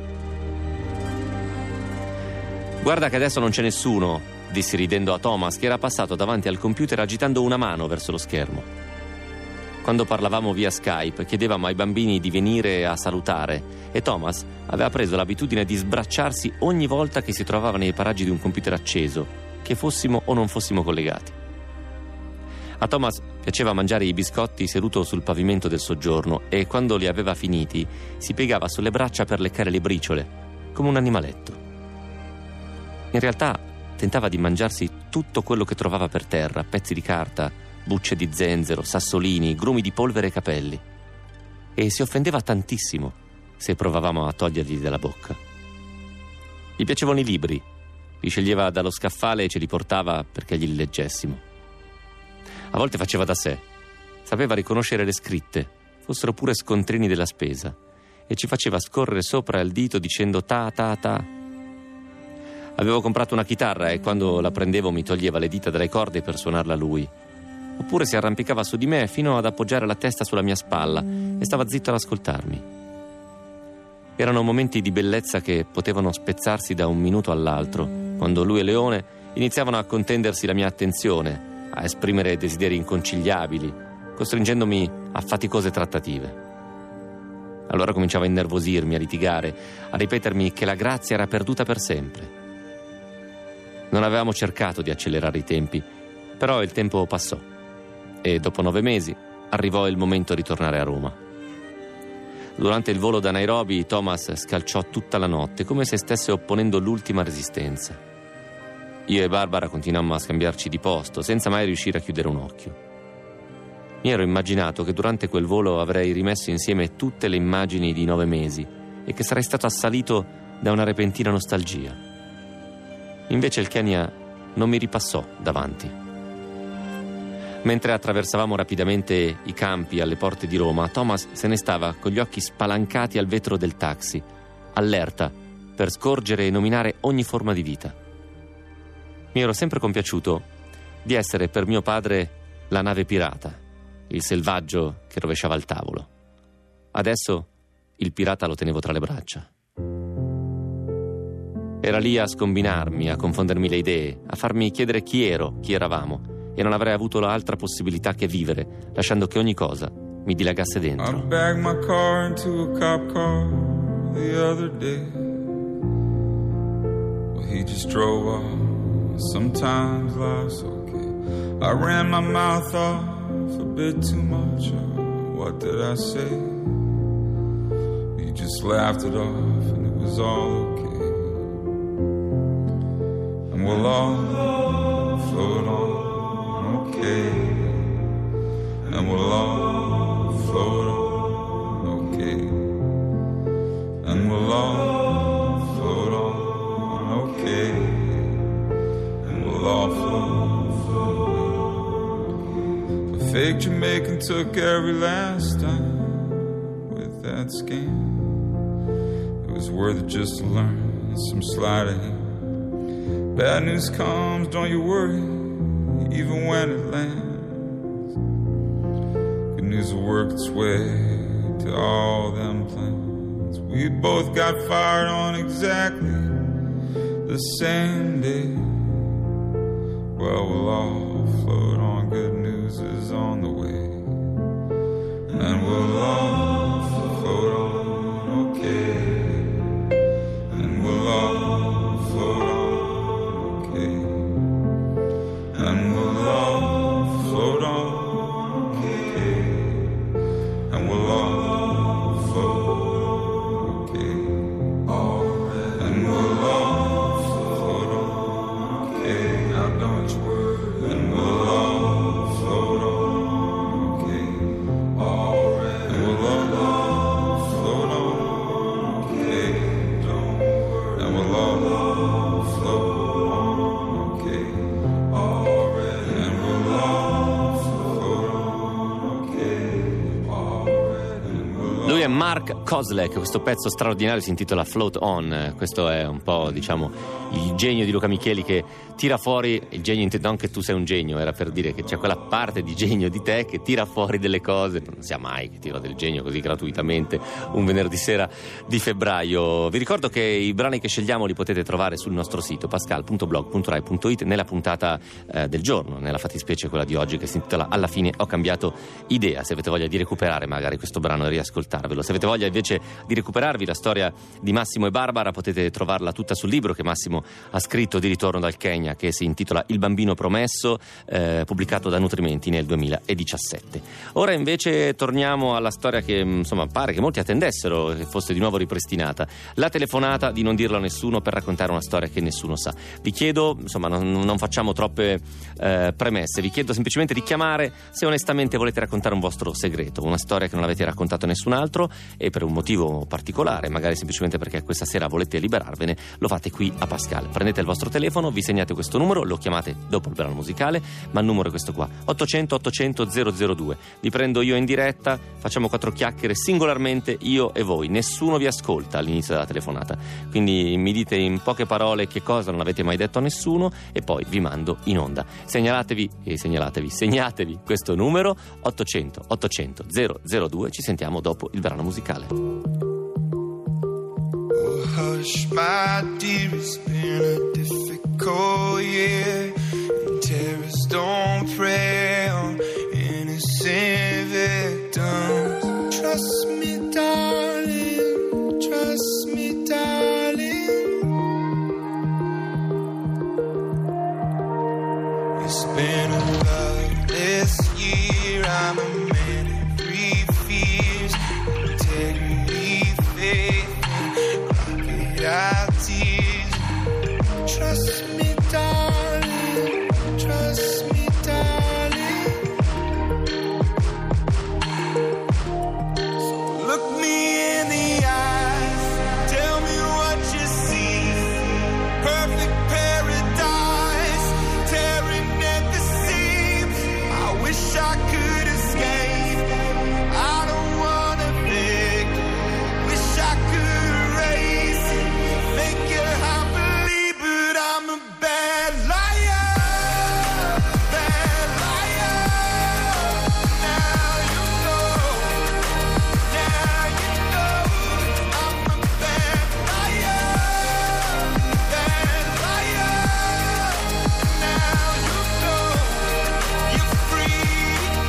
Guarda che adesso non c'è nessuno, dissi ridendo a Thomas, che era passato davanti al computer agitando una mano verso lo schermo. Quando parlavamo via Skype, chiedevamo ai bambini di venire a salutare e Thomas aveva preso l'abitudine di sbracciarsi ogni volta che si trovava nei paraggi di un computer acceso, che fossimo o non fossimo collegati. A Thomas Piaceva mangiare i biscotti seduto sul pavimento del soggiorno e quando li aveva finiti si piegava sulle braccia per leccare le briciole, come un animaletto. In realtà tentava di mangiarsi tutto quello che trovava per terra, pezzi di carta, bucce di zenzero, sassolini, grumi di polvere e capelli. E si offendeva tantissimo se provavamo a togliergli dalla bocca. Gli piacevano i libri, li sceglieva dallo scaffale e ce li portava perché glieli leggessimo. A volte faceva da sé, sapeva riconoscere le scritte, fossero pure scontrini della spesa, e ci faceva scorrere sopra il dito dicendo ta ta ta. Avevo comprato una chitarra e quando la prendevo mi toglieva le dita dalle corde per suonarla lui. Oppure si arrampicava su di me fino ad appoggiare la testa sulla mia spalla e stava zitto ad ascoltarmi. Erano momenti di bellezza che potevano spezzarsi da un minuto all'altro, quando lui e Leone iniziavano a contendersi la mia attenzione, a esprimere desideri inconciliabili, costringendomi a faticose trattative. Allora cominciavo a innervosirmi, a litigare, a ripetermi che la grazia era perduta per sempre. Non avevamo cercato di accelerare i tempi, però il tempo passò e dopo 9 mesi arrivò il momento di tornare a Roma. Durante il volo da Nairobi, Thomas scalciò tutta la notte, come se stesse opponendo l'ultima resistenza. Io e Barbara continuammo a scambiarci di posto, senza mai riuscire a chiudere un occhio. Mi ero immaginato che durante quel volo avrei rimesso insieme tutte le immagini di 9 mesi e che sarei stato assalito da una repentina nostalgia. Invece il Kenya non mi ripassò davanti. Mentre attraversavamo rapidamente i campi alle porte di Roma, Thomas se ne stava con gli occhi spalancati al vetro del taxi, allerta per scorgere e nominare ogni forma di vita. Mi ero sempre compiaciuto di essere per mio padre la nave pirata, il selvaggio che rovesciava il tavolo. Adesso il pirata lo tenevo tra le braccia. Era lì a scombinarmi, a confondermi le idee, a farmi chiedere chi ero, chi eravamo, e non avrei avuto l'altra possibilità che vivere, lasciando che ogni cosa mi dilagasse dentro. I bagged my car into a cop car the other day. Well, he just drove off. Sometimes life's okay. I ran my mouth off a bit too much. What did I say? He just laughed it off and it was all okay. And we'll all float on, okay. And we'll all float on, okay. And we'll all float on, okay. The fake Jamaican took every last time with that scam. It was worth it just to learn some sleight of hand. Bad news comes, don't you worry, even when it lands. Good news will work its way to all them plans. We both got fired on exactly the same day. Well, we'll all float on, good news is on the way. And we'll all float on, okay. And we'll all float on, okay. And we'll all float on, okay. And we'll all float, okay. And we'll all float on, okay. Now don't you worry. And we'll all float on, okay. And we'll all float on, okay. Don't worry. And we'll all float on, okay. And we'll all float on, okay. And we'll Lui è Mark Kozelek, questo pezzo straordinario si intitola Float On. Questo è un po', diciamo, il genio di Luca Micheli che tira fuori il genio, non che tu sei un genio, era per dire che c'è quella parte di genio di te che tira fuori delle cose. Non sia mai che tiro del genio così gratuitamente un venerdì sera di febbraio. Vi ricordo che i brani che scegliamo li potete trovare sul nostro sito pascal.blog.rai.it nella puntata del giorno, nella fattispecie quella di oggi che si intitola Alla fine ho cambiato idea. Se avete voglia di recuperare magari questo brano e riascoltarvelo, se avete voglia invece di recuperarvi la storia di Massimo e Barbara, potete trovarla tutta sul libro che Massimo brano ha scritto di ritorno dal Kenya, che si intitola Il bambino promesso, pubblicato da Nutrimenti nel 2017. Ora invece torniamo alla storia che insomma pare che molti attendessero che fosse di nuovo ripristinata, la telefonata di Non dirlo a nessuno per raccontare una storia che nessuno sa. Vi chiedo, insomma non facciamo troppe premesse, vi chiedo semplicemente di chiamare se onestamente volete raccontare un vostro segreto, una storia che non avete raccontato a nessun altro e per un motivo particolare, magari semplicemente perché questa sera volete liberarvene, lo fate qui a Pascal. Prendete il vostro telefono, vi segnate questo numero, lo chiamate dopo il brano musicale, ma il numero è questo qua, 800 800 002. Vi prendo io in diretta, facciamo 4 chiacchiere singolarmente io e voi, nessuno vi ascolta all'inizio della telefonata, quindi mi dite in poche parole che cosa non avete mai detto a nessuno e poi vi mando in onda. Segnatevi questo numero, 800 800 002. Ci sentiamo dopo il brano musicale. Oh, hush, my dear, it's been a difficult year, and terrorists don't prey on innocent victims. Trust me, darling, trust me, darling. It's been a loveless year, I'm a man of three fears, integrity, faith, crocodile tears. Trust me, darling, trust me, darling. So look me in the eyes, tell me what you see. Perfect paradise, tearing at the seams. I wish I could escape, I don't wanna beg. Wish I could erase, make you happily, but I'm a bad liar, bad liar. Now you know, I'm a bad liar, bad liar. Now you know, you're free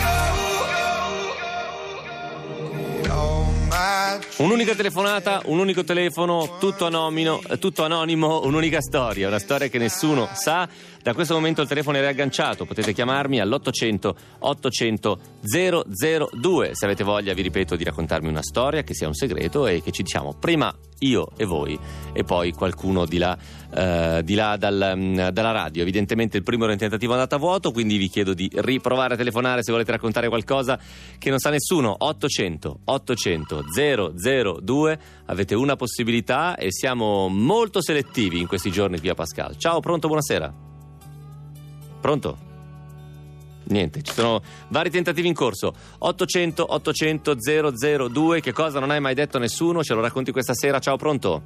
to go. All my Un'unica telefonata, un unico telefono, tutto anonimo, un'unica storia, una storia che nessuno sa. Da questo momento il telefono è riagganciato, potete chiamarmi all'800 800 002 se avete voglia, vi ripeto, di raccontarmi una storia che sia un segreto e che ci diciamo prima io e voi e poi qualcuno di là dalla radio. Evidentemente il primo era un tentativo andato a vuoto, quindi vi chiedo di riprovare a telefonare se volete raccontare qualcosa che non sa nessuno. 800 800 002, avete una possibilità e siamo molto selettivi in questi giorni qui a Pascal. Ciao, pronto, buonasera. Pronto? Niente, ci sono vari tentativi in corso. 800 800 002. Che cosa non hai mai detto a nessuno? Ce lo racconti questa sera. Ciao, pronto?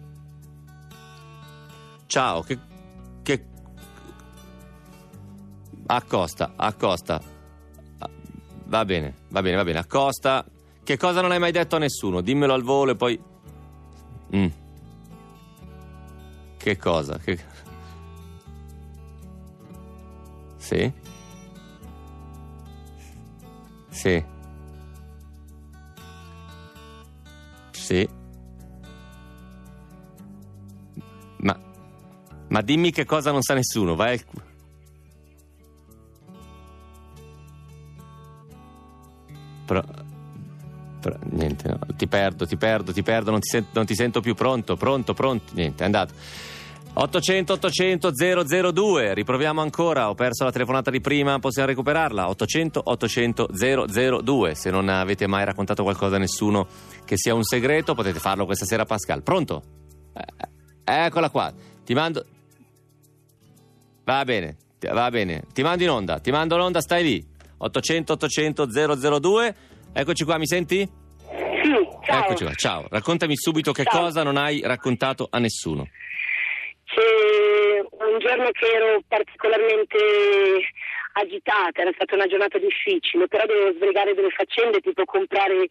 Ciao, che... Accosta. Va bene, accosta. Che cosa non hai mai detto a nessuno? Dimmelo al volo e poi... Che cosa? Sì? Sì. Ma dimmi che cosa non sa nessuno, vai al... Però niente, no. Ti perdo, non ti sento più. Pronto, niente, è andato. 800 800 002, riproviamo ancora, ho perso la telefonata di prima, possiamo recuperarla. 800 800 002. Se non avete mai raccontato qualcosa a nessuno che sia un segreto, potete farlo questa sera a Pascal. Pronto? Eccola qua, ti mando... Va bene, ti mando in onda, stai lì. 800 800 002. Eccoci qua, mi senti? Sì, ciao. Eccoci qua, ciao. Raccontami subito che cosa non hai raccontato a nessuno. C'è un giorno che ero particolarmente agitata, era stata una giornata difficile, però dovevo sbrigare delle faccende, tipo comprare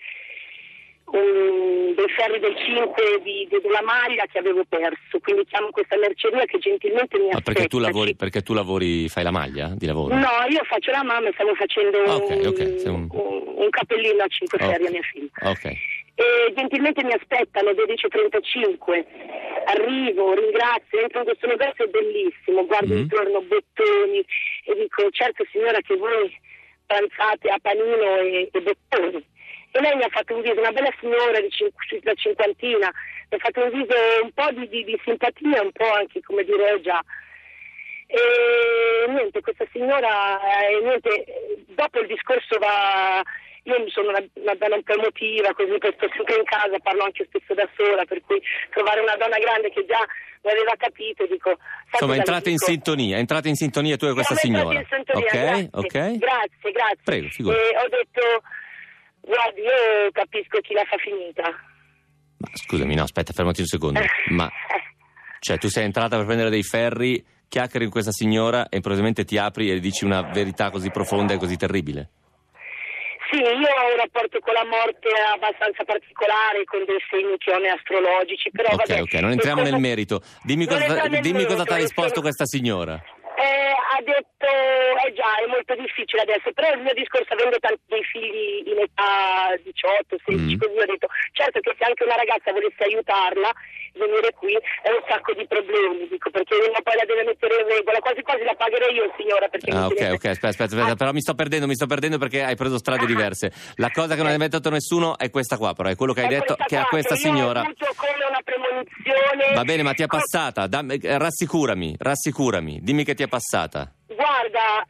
dei ferri del 5 della maglia che avevo perso, quindi chiamo questa merceria che gentilmente mi aspetta. Perché tu lavori, fai la maglia di lavoro? No, io faccio la mamma e stavo facendo un cappellino a 5 ferri a mia figlia. Ok. E gentilmente mi aspettano 12:35 arrivo, ringrazio, entro in questo negozio, è bellissimo, guardo intorno bottoni e dico: certo signora che voi pranzate a panino e bottoni. E lei mi ha fatto un viso, una bella signora di la cinquantina, mi ha fatto un viso un po' di simpatia, un po' anche, come dire, già. E niente, questa signora, dopo il discorso io sono una donna un po' emotiva, così poi sto sempre in casa, parlo anche spesso da sola, per cui trovare una donna grande che già mi aveva capito, dico... Insomma, entrate in sintonia tu e questa signora. Ok. Grazie. Prego, figurati. E ho detto: guardi, io capisco chi la fa finita. Ma scusami, no, aspetta, fermati un secondo. Ma cioè, tu sei entrata per prendere dei ferri, chiacchieri con questa signora e improvvisamente ti apri e dici una verità così profonda e così terribile? Sì, io ho un rapporto con la morte abbastanza particolare, con dei segni che ho astrologici, però Ok, non entriamo nel merito. Dimmi cosa ti ha risposto questa signora. Ha detto, già, è molto difficile adesso, però il mio discorso, avendo tanti dei figli in età 18, 16, così, ho detto, certo che se anche una ragazza volesse aiutarla, venire qui, è un sacco di problemi, dico, perché uno poi la deve mettere in regola, quasi la pagherei io, signora, perché... Ok, aspetta, però mi sto perdendo perché hai preso strade diverse. La cosa che non hai detto nessuno è questa qua, però è quello che hai detto, che a questa signora... Io ho avuto come una premonizione... Va bene, ma ti è passata? Rassicurami, dimmi che ti è passata. Guarda,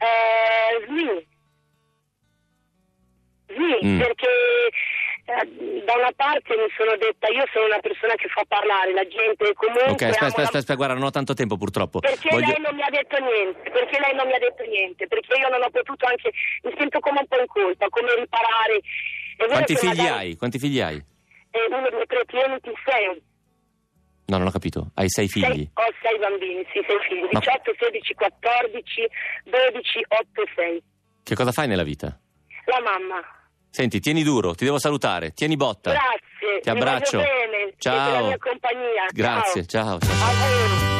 perché da una parte mi sono detta, io sono una persona che fa parlare la gente, comunque... Ok, aspetta, guarda, non ho tanto tempo purtroppo. Perché lei non mi ha detto niente, perché io non ho potuto, anche mi sento come un po' in colpa, come riparare. Quanti figli hai? 1, 2, 3, tieniti 6. No, non ho capito. Hai 6 figli? Ho 6 bambini, sì, 6 figli. 18, 16, 14, 12, 8, 6. Che cosa fai nella vita? La mamma. Senti, tieni duro, ti devo salutare. Tieni botta. Grazie. Ti abbraccio. Vi voglio bene. Ciao. Siete la mia compagnia. Grazie, ciao. A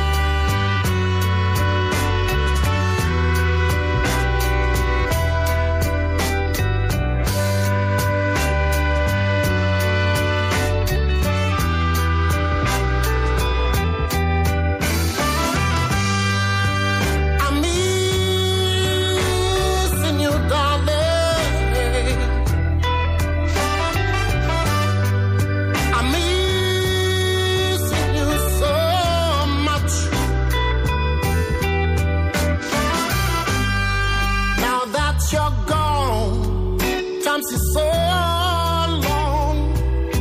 so long.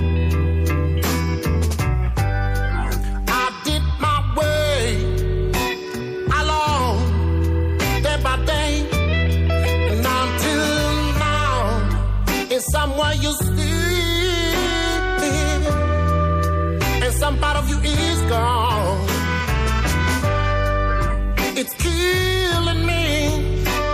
I did my way along, day by day, and until now, it's somewhere you still, and some part of you is gone. It's killing me.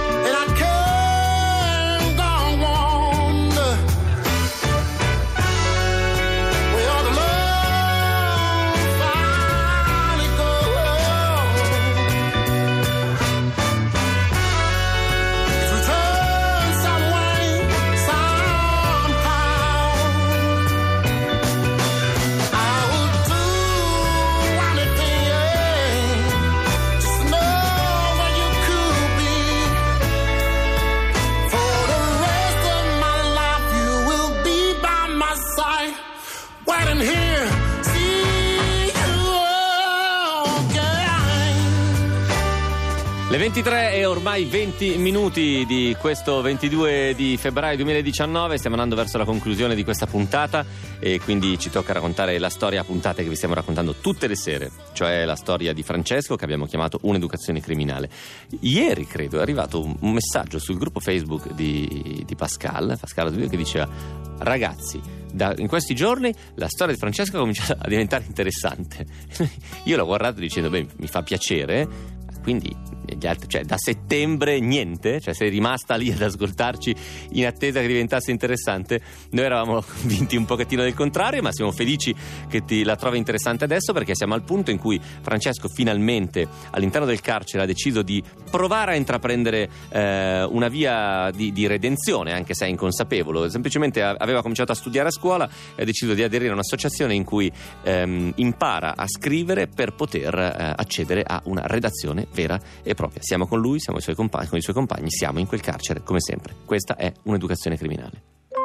Le 23 e ormai 20 minuti di questo 22 di febbraio 2019, stiamo andando verso la conclusione di questa puntata e quindi ci tocca raccontare la storia a puntate che vi stiamo raccontando tutte le sere, cioè la storia di Francesco che abbiamo chiamato Un'educazione criminale. Ieri credo è arrivato un messaggio sul gruppo Facebook di Pascal che diceva: ragazzi, in questi giorni la storia di Francesco ha cominciato a diventare interessante. Io l'ho guardato dicendo: beh, mi fa piacere. quindi gli altri, cioè da settembre niente, cioè sei rimasta lì ad ascoltarci in attesa che diventasse interessante. Noi eravamo convinti un pochettino del contrario, ma siamo felici che ti la trovi interessante adesso, perché siamo al punto in cui Francesco finalmente all'interno del carcere ha deciso di provare a intraprendere una via di redenzione, anche se è inconsapevole. Semplicemente aveva cominciato a studiare a scuola e ha deciso di aderire a un'associazione in cui impara a scrivere per poter accedere a una redazione vera e propria. Siamo con lui, siamo con i suoi compagni, siamo in quel carcere come sempre. Questa è un'educazione criminale.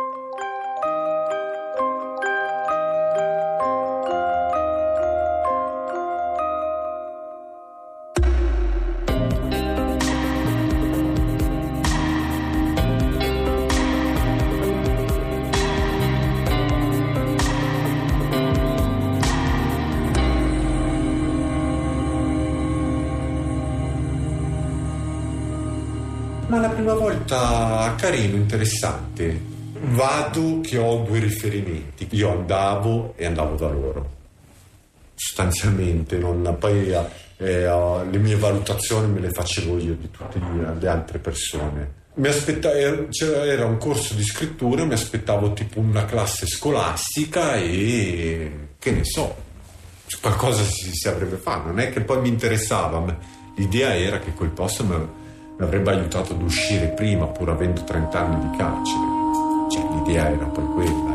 Ma la prima volta carino, interessante. Vado che ho 2 riferimenti. Io andavo da loro. Sostanzialmente, poi le mie valutazioni me le facevo io di tutte le altre persone. Era un corso di scrittura, mi aspettavo tipo una classe scolastica e che ne so, qualcosa si avrebbe fatto. Non è che poi mi interessava, ma l'idea era che quel posto mi avrebbe aiutato ad uscire prima, pur avendo 30 anni di carcere. Cioè, l'idea era poi quella.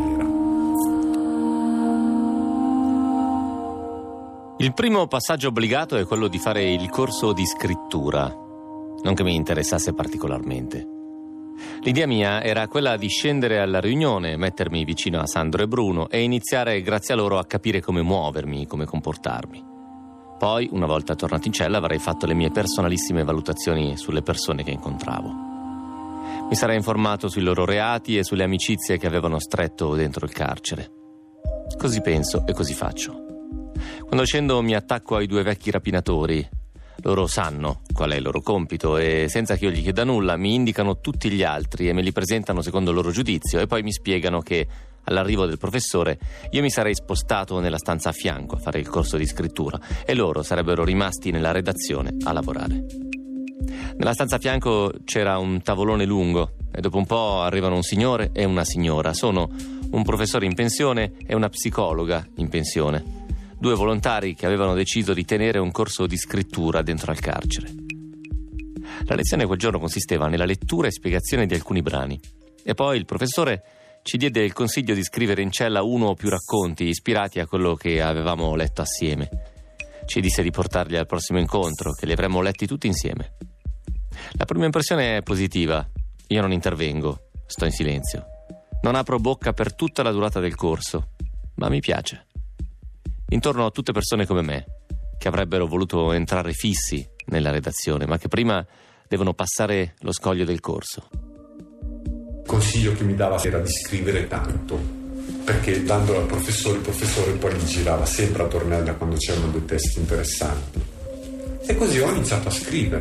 Il primo passaggio obbligato è quello di fare il corso di scrittura. Non che mi interessasse particolarmente. L'idea mia era quella di scendere alla riunione, mettermi vicino a Sandro e Bruno e iniziare grazie a loro a capire come muovermi, come comportarmi. Poi, una volta tornato in cella, avrei fatto le mie personalissime valutazioni sulle persone che incontravo. Mi sarei informato sui loro reati e sulle amicizie che avevano stretto dentro il carcere. Così penso e così faccio. Quando scendo mi attacco ai 2 vecchi rapinatori. Loro sanno qual è il loro compito e, senza che io gli chieda nulla, mi indicano tutti gli altri e me li presentano secondo il loro giudizio, e poi mi spiegano che all'arrivo del professore io mi sarei spostato nella stanza a fianco a fare il corso di scrittura e loro sarebbero rimasti nella redazione a lavorare. Nella stanza a fianco c'era un tavolone lungo e dopo un po' arrivano un signore e una signora. Sono un professore in pensione e una psicologa in pensione. 2 volontari che avevano deciso di tenere un corso di scrittura dentro al carcere. La lezione quel giorno consisteva nella lettura e spiegazione di alcuni brani e poi il professore ci diede il consiglio di scrivere in cella 1 o più racconti ispirati a quello che avevamo letto assieme. Ci disse di portarli al prossimo incontro, che li avremmo letti tutti insieme. La prima impressione è positiva. Io non intervengo, sto in silenzio. Non apro bocca per tutta la durata del corso, ma mi piace. Intorno a tutte persone come me, che avrebbero voluto entrare fissi nella redazione, ma che prima devono passare lo scoglio del corso. Il consiglio che mi dava era di scrivere tanto, perché dandolo al professore, il professore poi gli girava sempre a tornella quando c'erano dei testi interessanti. E così ho iniziato a scrivere.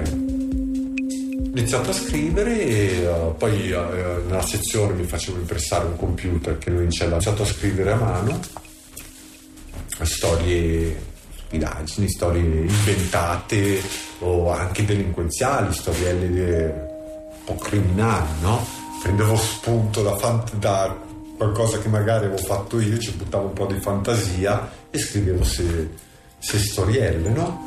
E poi nella sezione mi facevo impressare un computer che noi in cella ho iniziato a scrivere a mano. Storie, stupidaggini, storie inventate o anche delinquenziali, storielle un po' criminali, no? Prendevo spunto da qualcosa che magari avevo fatto io, ci buttavo un po' di fantasia e scrivevo se storielle, no?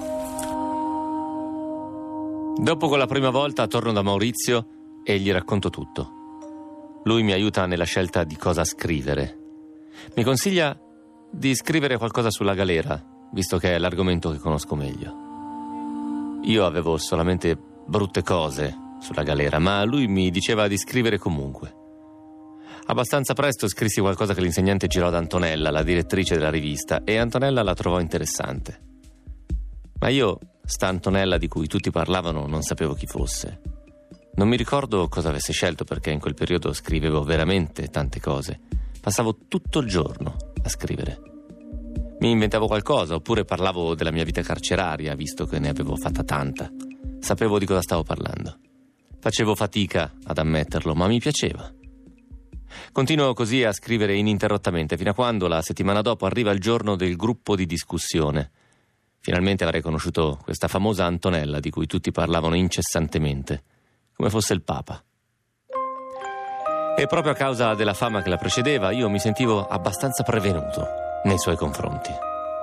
Dopo quella prima volta torno da Maurizio e gli racconto tutto. Lui mi aiuta nella scelta di cosa scrivere. Mi consiglia di scrivere qualcosa sulla galera, visto che è l'argomento che conosco meglio. Io avevo solamente brutte cose sulla galera, ma lui mi diceva di scrivere comunque. Abbastanza presto scrissi qualcosa che l'insegnante girò ad Antonella, la direttrice della rivista, e Antonella la trovò interessante. Ma io, sta Antonella di cui tutti parlavano, non sapevo chi fosse. Non mi ricordo cosa avesse scelto, perché in quel periodo scrivevo veramente tante cose. Passavo tutto il giorno a scrivere. Mi inventavo qualcosa, oppure parlavo della mia vita carceraria, visto che ne avevo fatta tanta. Sapevo di cosa stavo parlando. Facevo fatica ad ammetterlo, ma mi piaceva. Continuo così a scrivere ininterrottamente, fino a quando la settimana dopo arriva il giorno del gruppo di discussione. Finalmente avrei conosciuto questa famosa Antonella di cui tutti parlavano incessantemente, come fosse il Papa. E proprio a causa della fama che la precedeva, io mi sentivo abbastanza prevenuto nei suoi confronti.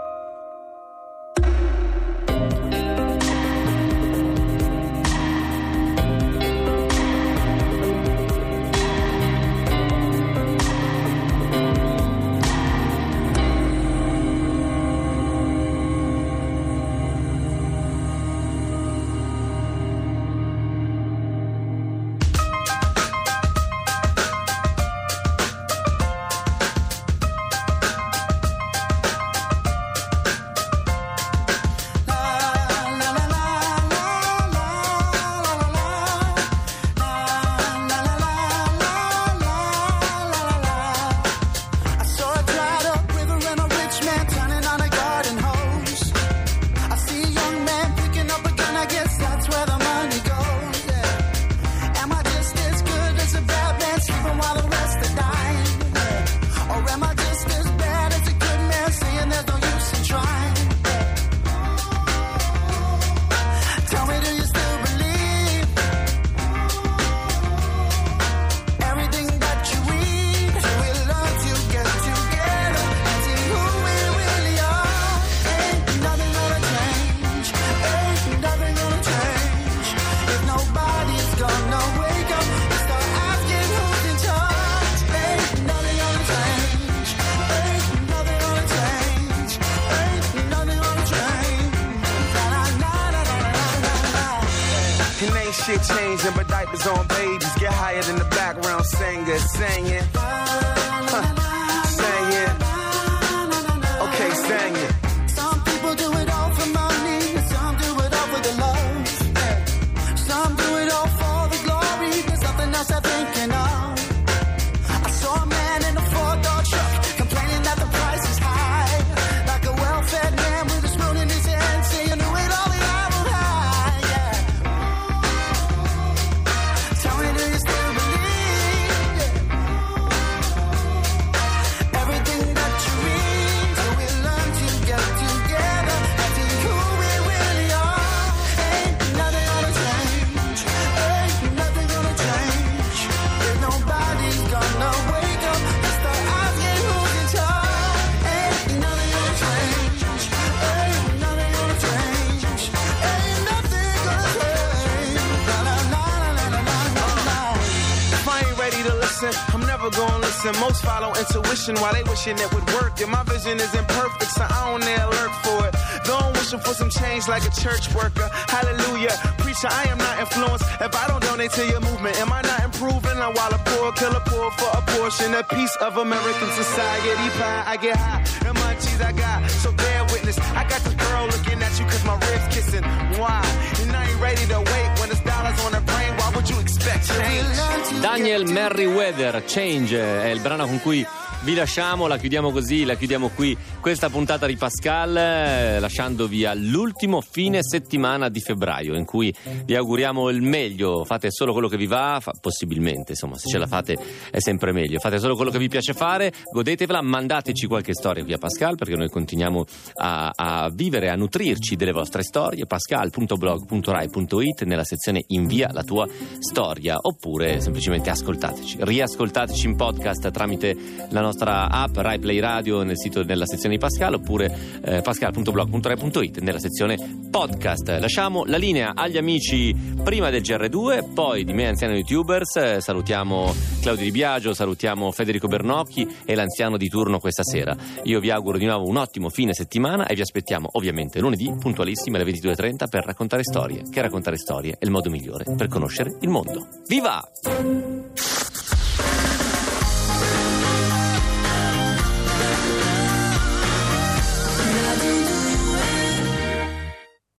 Shit changing, but diapers on babies get higher than the background singer singing. Sing it. Okay, sing it. Some people do it all for money, some do it all for the love. Some do it all for the glory, there's nothing else they're thinking of. I saw a man in a four-door truck complaining that the price is high, like a well-fed man with a spoon in his hand saying who ate all the apple pie. Yeah. Tell me, do you still believe everything that you read? So we learn to get together and see who we really are. Ain't nothing gonna change. Ain't nothing gonna change. If nobody's gonna wake up and start asking who's in charge. Ain't nothing gonna change. Ain't nothing gonna change. Ain't nothing gonna change. La la la la la la la la. If I ain't ready to listen, I'm never gonna listen. Most follow intuition while they wishing it would work. And my vision is imperfect, so I don't dare lurk for it. Though I'm wishing for some change like a church worker. Hallelujah. Preacher, I am not influenced if I don't donate to your movement. Am I not improving? Now while a poor killer poor for a portion, a piece of American society pie. I get high, the munchies I got, so bear witness. I got this girl looking at you cause my ribs kissing. Why? And I ain't ready to wait when there's dollars on the brain. Why would you expect change? Daniel Merriweather, Change, è il brano con cui vi lasciamo, la chiudiamo così, la chiudiamo qui questa puntata di Pascal, lasciandovi all'ultimo fine settimana di febbraio, in cui vi auguriamo il meglio. Fate solo quello che vi va, possibilmente, insomma, se ce la fate è sempre meglio. Fate solo quello che vi piace fare, godetevela, mandateci qualche storia via Pascal, perché noi continuiamo a vivere, a nutrirci delle vostre storie. pascal.blog.rai.it nella sezione invia la tua storia, oppure semplicemente ascoltateci, riascoltateci in podcast tramite la nostra app Rai Play Radio nel sito, nella sezione di Pascal, oppure pascal.blog.rai.it nella sezione podcast. Lasciamo la linea agli amici prima del GR2, poi di Me Anziano YouTubers. Salutiamo Claudio Di Biagio, salutiamo Federico Bernocchi e l'anziano di turno questa sera. Io vi auguro di nuovo un ottimo fine settimana e vi aspettiamo ovviamente lunedì puntualissime alle 22:30 per raccontare storie, che raccontare storie è il modo migliore per conoscere il mondo. Viva!